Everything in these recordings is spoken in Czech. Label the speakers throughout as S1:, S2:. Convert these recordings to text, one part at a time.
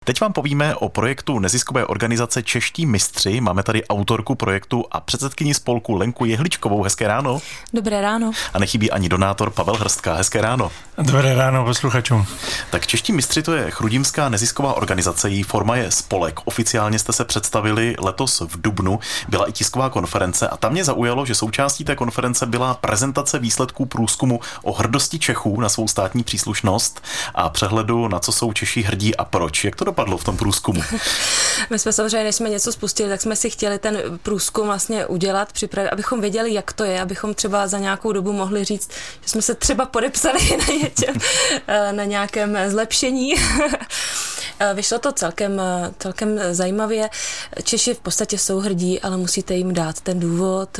S1: Teď vám povíme o projektu neziskové organizace Čeští mistři. Máme tady autorku projektu a předsedkyni spolku Lenku Jehličkovou. Hezké ráno.
S2: Dobré ráno.
S1: A nechybí ani donátor Pavel Hrstka. Hezké ráno.
S3: Dobré ráno posluchačům.
S1: Tak Čeští mistři, to je chrudimská nezisková organizace, její forma je spolek. Oficiálně jste se představili letos v dubnu, byla i tisková konference a tam mě zaujalo, že součástí té konference byla prezentace výsledků průzkumu o hrdosti Čechů na svou státní příslušnost a přehledu, na co jsou Češi hrdí a proč. Jak to dopadlo v tom průzkumu?
S2: My jsme samozřejmě, než jsme něco spustili, tak jsme si chtěli ten průzkum vlastně udělat, připravit, abychom věděli, jak to je, abychom třeba za nějakou dobu mohli říct, že jsme se třeba podepsali na něčem, na nějakém zlepšení. Vyšlo to celkem zajímavě. Češi v podstatě jsou hrdí, ale musíte jim dát ten důvod,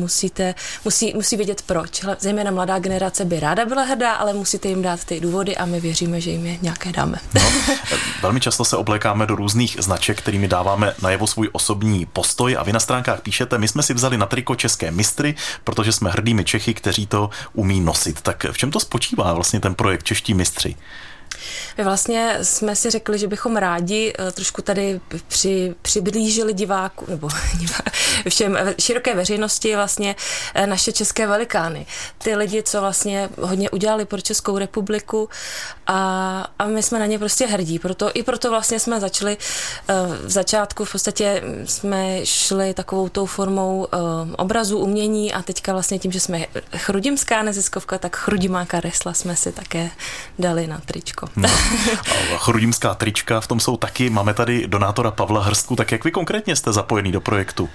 S2: musí vědět proč. Zejména mladá generace by ráda byla hrdá, ale musíte jim dát ty důvody a my věříme, že jim je nějaké dáme.
S1: No, velmi často se oblékáme do různých značek, kterými dáváme najevo svůj osobní postoj a vy na stránkách píšete, my jsme si vzali na triko české mistry, protože jsme hrdými Čechy, kteří to umí nosit. Tak v čem to spočívá vlastně ten projekt Čeští mistři?
S2: My vlastně jsme si řekli, že bychom rádi trošku tady přiblížili diváku, nebo všem široké veřejnosti vlastně naše české velikány. Ty lidi, co vlastně hodně udělali pro Českou republiku a my jsme na ně prostě hrdí. Proto vlastně jsme začali v začátku, v podstatě jsme šli takovou tou formou obrazu, umění a teďka vlastně tím, že jsme chrudimská neziskovka, tak chrudimáka resla jsme si také dali na tričko.
S1: No. Chrudimská trička, v tom jsou taky. Máme tady donátora Pavla Hrstku, tak jak vy konkrétně jste zapojený do projektu?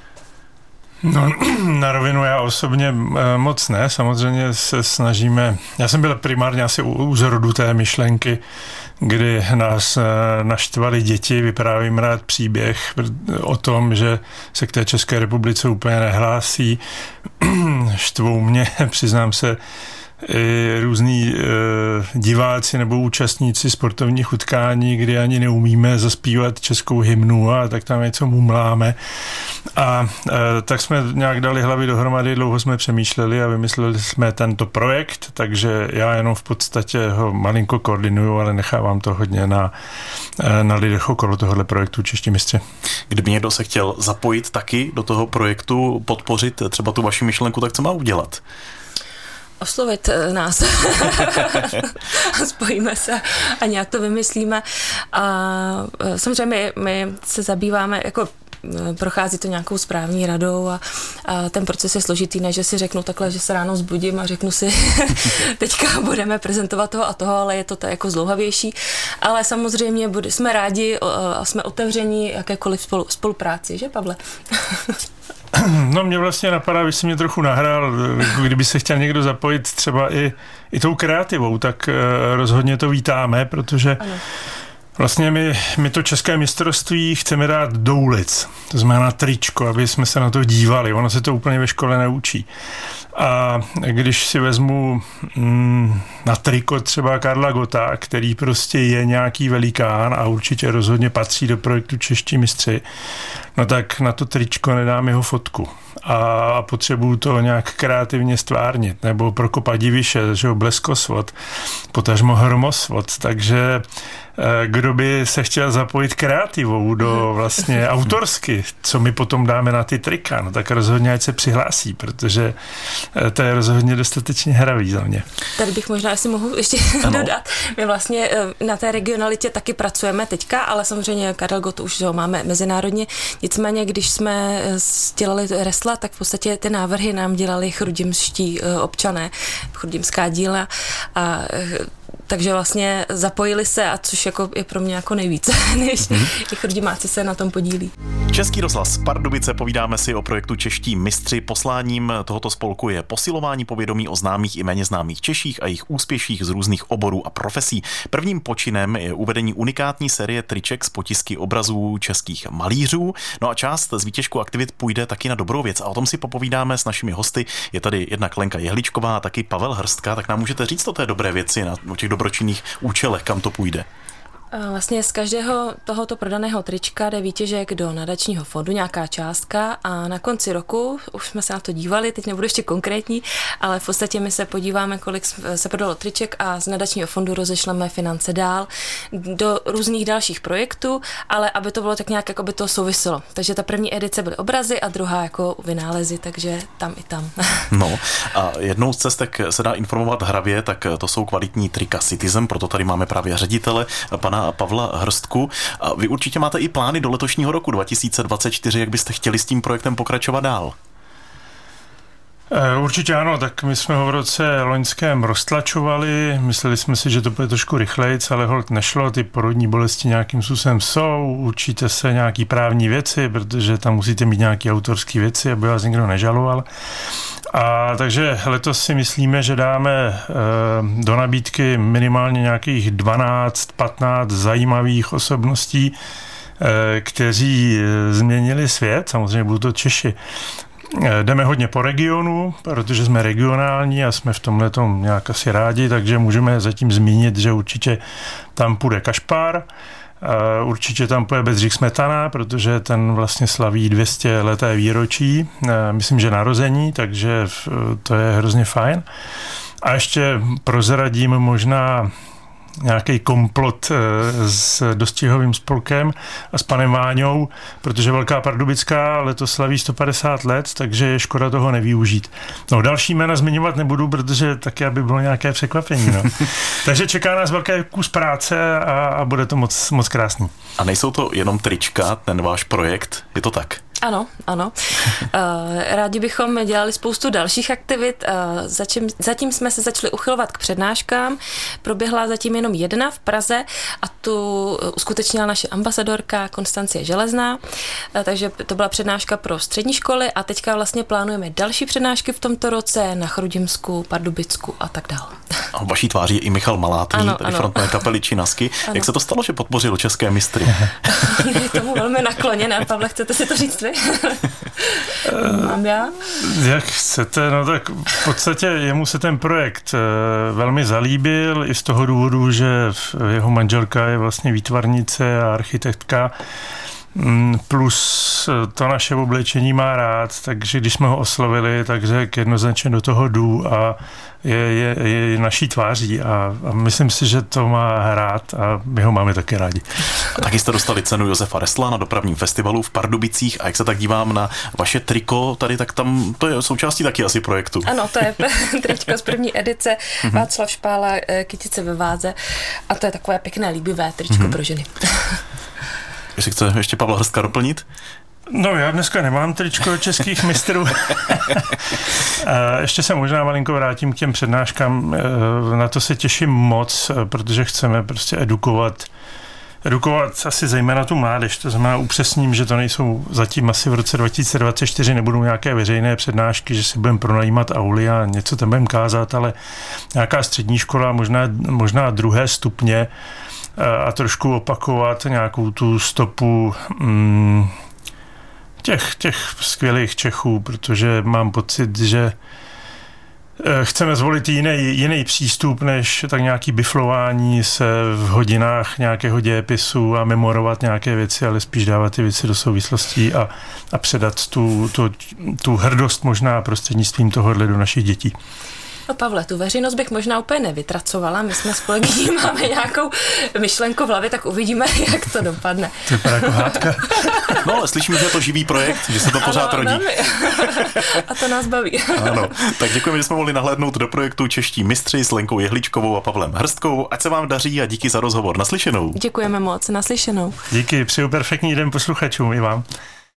S3: No, na rovinu já osobně moc ne, samozřejmě se snažíme, já jsem byl primárně asi u zrodu té myšlenky, kdy nás naštvali děti, vyprávím rád příběh o tom, že se k té České republice úplně nehlásí, štvou mě, přiznám se, různí diváci nebo účastníci sportovních utkání, kdy ani neumíme zaspívat českou hymnu a tak tam něco mumláme. A tak jsme nějak dali hlavy dohromady, dlouho jsme přemýšleli a vymysleli jsme tento projekt, takže já jenom v podstatě ho malinko koordinuju, ale nechávám to hodně na lidech okolo tohohle projektu Čeští mistři.
S1: Kdyby někdo se chtěl zapojit taky do toho projektu, podpořit třeba tu vaši myšlenku, tak co má udělat?
S2: Oslovit nás. Spojíme se a nějak to vymyslíme. A samozřejmě my se zabýváme, jako prochází to nějakou správní radou a ten proces je složitý, ne, že si řeknu takhle, že se ráno vzbudím a řeknu si, teďka budeme prezentovat toho a toho, ale je to jako zdlouhavější. Ale samozřejmě jsme rádi a jsme otevření jakékoliv spolupráci, že Pavle?
S3: No mě vlastně napadá, když jsi mě trochu nahrál, kdyby se chtěl někdo zapojit třeba i tou kreativou, tak rozhodně to vítáme, protože ano. Vlastně my to české mistrovství chceme dát do ulic, to znamená tričko, aby jsme se na to dívali, ono se to úplně ve škole neučí. A když si vezmu na triko třeba Karla Gotta, který prostě je nějaký velikán a určitě rozhodně patří do projektu Čeští mistři, no tak na to tričko nedám jeho fotku. A potřebuju to nějak kreativně stvárnit, nebo Prokopa Diviše, že jo, Bleskosvod, potažmo Hrmosvod, takže kdo by se chtěl zapojit kreativou do vlastně autorsky, co my potom dáme na ty trika, no tak rozhodně ať se přihlásí, protože to je rozhodně dostatečně hravý za mě.
S2: Tady bych možná, jestli mohu ještě dodat, my vlastně na té regionalitě taky pracujeme teďka, ale samozřejmě Karel Gott už ho máme mezinárodně, nicméně když jsme dělali resla, tak v podstatě ty návrhy nám dělali chrudimští občané, chrudimská díla a takže vlastně zapojili se, a což jako je pro mě jako nejvíce, než i chrudimáci se na tom podílí.
S1: Český rozhlas Pardubice, povídáme si o projektu Čeští mistři. Posláním tohoto spolku je posilování povědomí o známých i méně známých Češích a jejich úspěších z různých oborů a profesí. Prvním počinem je uvedení unikátní série triček s potisky obrazů českých malířů. No a část z výtěžku aktivit půjde taky na dobrou věc a o tom si popovídáme s našimi hosty. Je tady jednak Lenka Jehličková a taky Pavel Hrstka, tak nám můžete říct o té dobré věci, o těch dobročinných účelech, kam to půjde?
S2: Vlastně z každého tohoto prodaného trička jde výtěžek do nadačního fondu, nějaká částka, a na konci roku, už jsme se na to dívali, teď nebudu ještě konkrétní, ale v podstatě my se podíváme, kolik se prodalo triček, a z nadačního fondu rozešleme finance dál do různých dalších projektů, ale aby to bylo tak nějak, jako by to souviselo. Takže ta první edice byly obrazy a druhá jako vynálezy, takže tam i tam.
S1: No a jednou z cestek se dá informovat hravě, tak to jsou kvalitní trika Citizen, proto tady máme právě ředitele, pana Pavla Hrstku. A vy určitě máte i plány do letošního roku 2024, jak byste chtěli s tím projektem pokračovat dál?
S3: Určitě ano, tak my jsme ho v roce loňském roztlačovali, mysleli jsme si, že to bude trošku rychlejc, ale holt nešlo, ty porodní bolesti nějakým způsobem jsou, učíte se nějaký právní věci, protože tam musíte mít nějaké autorské věci, aby vás nikdo nežaloval. A takže letos si myslíme, že dáme do nabídky minimálně nějakých 12-15 zajímavých osobností, kteří změnili svět, samozřejmě budou to Češi. Jdeme hodně po regionu, protože jsme regionální a jsme v tomhletom nějak asi rádi, takže můžeme zatím zmínit, že určitě tam půjde Kašpar, určitě tam půjde Bedřich Smetana, protože ten vlastně slaví 200 leté výročí, myslím, že narození, takže to je hrozně fajn. A ještě prozradím možná nějaký komplot s Dostihovým spolkem a s panem Váňou, protože Velká Pardubická letos slaví 150 let, takže je škoda toho nevyužít. No, další jména zmiňovat nebudu, protože taky, aby bylo nějaké překvapení. No. Takže čeká nás velký kus práce a bude to moc krásný. A
S1: nejsou to jenom trička, ten váš projekt, je to tak?
S2: Ano. Rádi bychom dělali spoustu dalších aktivit. Zatím jsme se začali uchylovat k přednáškám. Proběhla zatím jenom jedna v Praze a tu uskutečnila naše ambasadorka Konstancie Železná. Takže to byla přednáška pro střední školy a teďka vlastně plánujeme další přednášky v tomto roce na Chrudimsku, Pardubicku a tak dále.
S1: A vaší tváří je i Michal Malátný, tady frontman kapely Činasky. Jak se to stalo, že podpořil české mistry?
S2: Je tomu velmi nakloněné. Pavle, chcete si to říct vy? Mám já?
S3: Jak chcete, no tak v podstatě jemu se ten projekt velmi zalíbil i z toho důvodu, že jeho manželka je vlastně výtvarnice a architektka, plus to naše oblečení má rád, takže když jsme ho oslovili, tak řekl jednoznačně do toho jdu a je naší tváří a myslím si, že to má rád a my ho máme také rádi.
S1: A taky jste dostali cenu Josefa Ressla na dopravním festivalu v Pardubicích a jak se tak dívám na vaše triko tady, tak tam to je součástí taky asi projektu.
S2: Ano, to je tričko z první edice Václav Špála, Kytice ve váze a to je takové pěkné, líbivé tričko pro ženy.
S1: Jestli chce ještě Pavla Hrstka doplnit?
S3: No, já dneska nemám tričko českých mistrů. Ještě se možná malinko vrátím k těm přednáškám. Na to se těším moc, protože chceme prostě edukovat asi zejména tu mládež. To znamená upřesním, že to nejsou zatím asi v roce 2024 nebudou nějaké veřejné přednášky, že si budeme pronajímat auly a něco tam budeme kázat, ale nějaká střední škola, možná druhé stupně a trošku opakovat nějakou tu stopu těch skvělých Čechů, protože mám pocit, že chceme zvolit jiný přístup, než tak nějaký biflování se v hodinách nějakého dějepisu a memorovat nějaké věci, ale spíš dávat ty věci do souvislostí a předat tu hrdost možná prostřednictvím tohohle do našich dětí.
S2: No Pavle, tu veřejnost bych možná úplně nevytracovala, my jsme s kolegyní máme nějakou myšlenku v hlavě, tak uvidíme, jak to dopadne.
S3: To je jako hádka.
S1: No ale slyším, že je to živý projekt, že se to pořád rodí.
S2: A to nás baví.
S1: Ano, tak děkujeme, že jsme mohli nahlédnout do projektu Čeští mistři s Lenkou Jehličkovou a Pavlem Hrstkou. Ať se vám daří a díky za rozhovor. Naslyšenou.
S2: Děkujeme moc, naslyšenou.
S3: Díky, přeju perfektní den posluchačům i vám.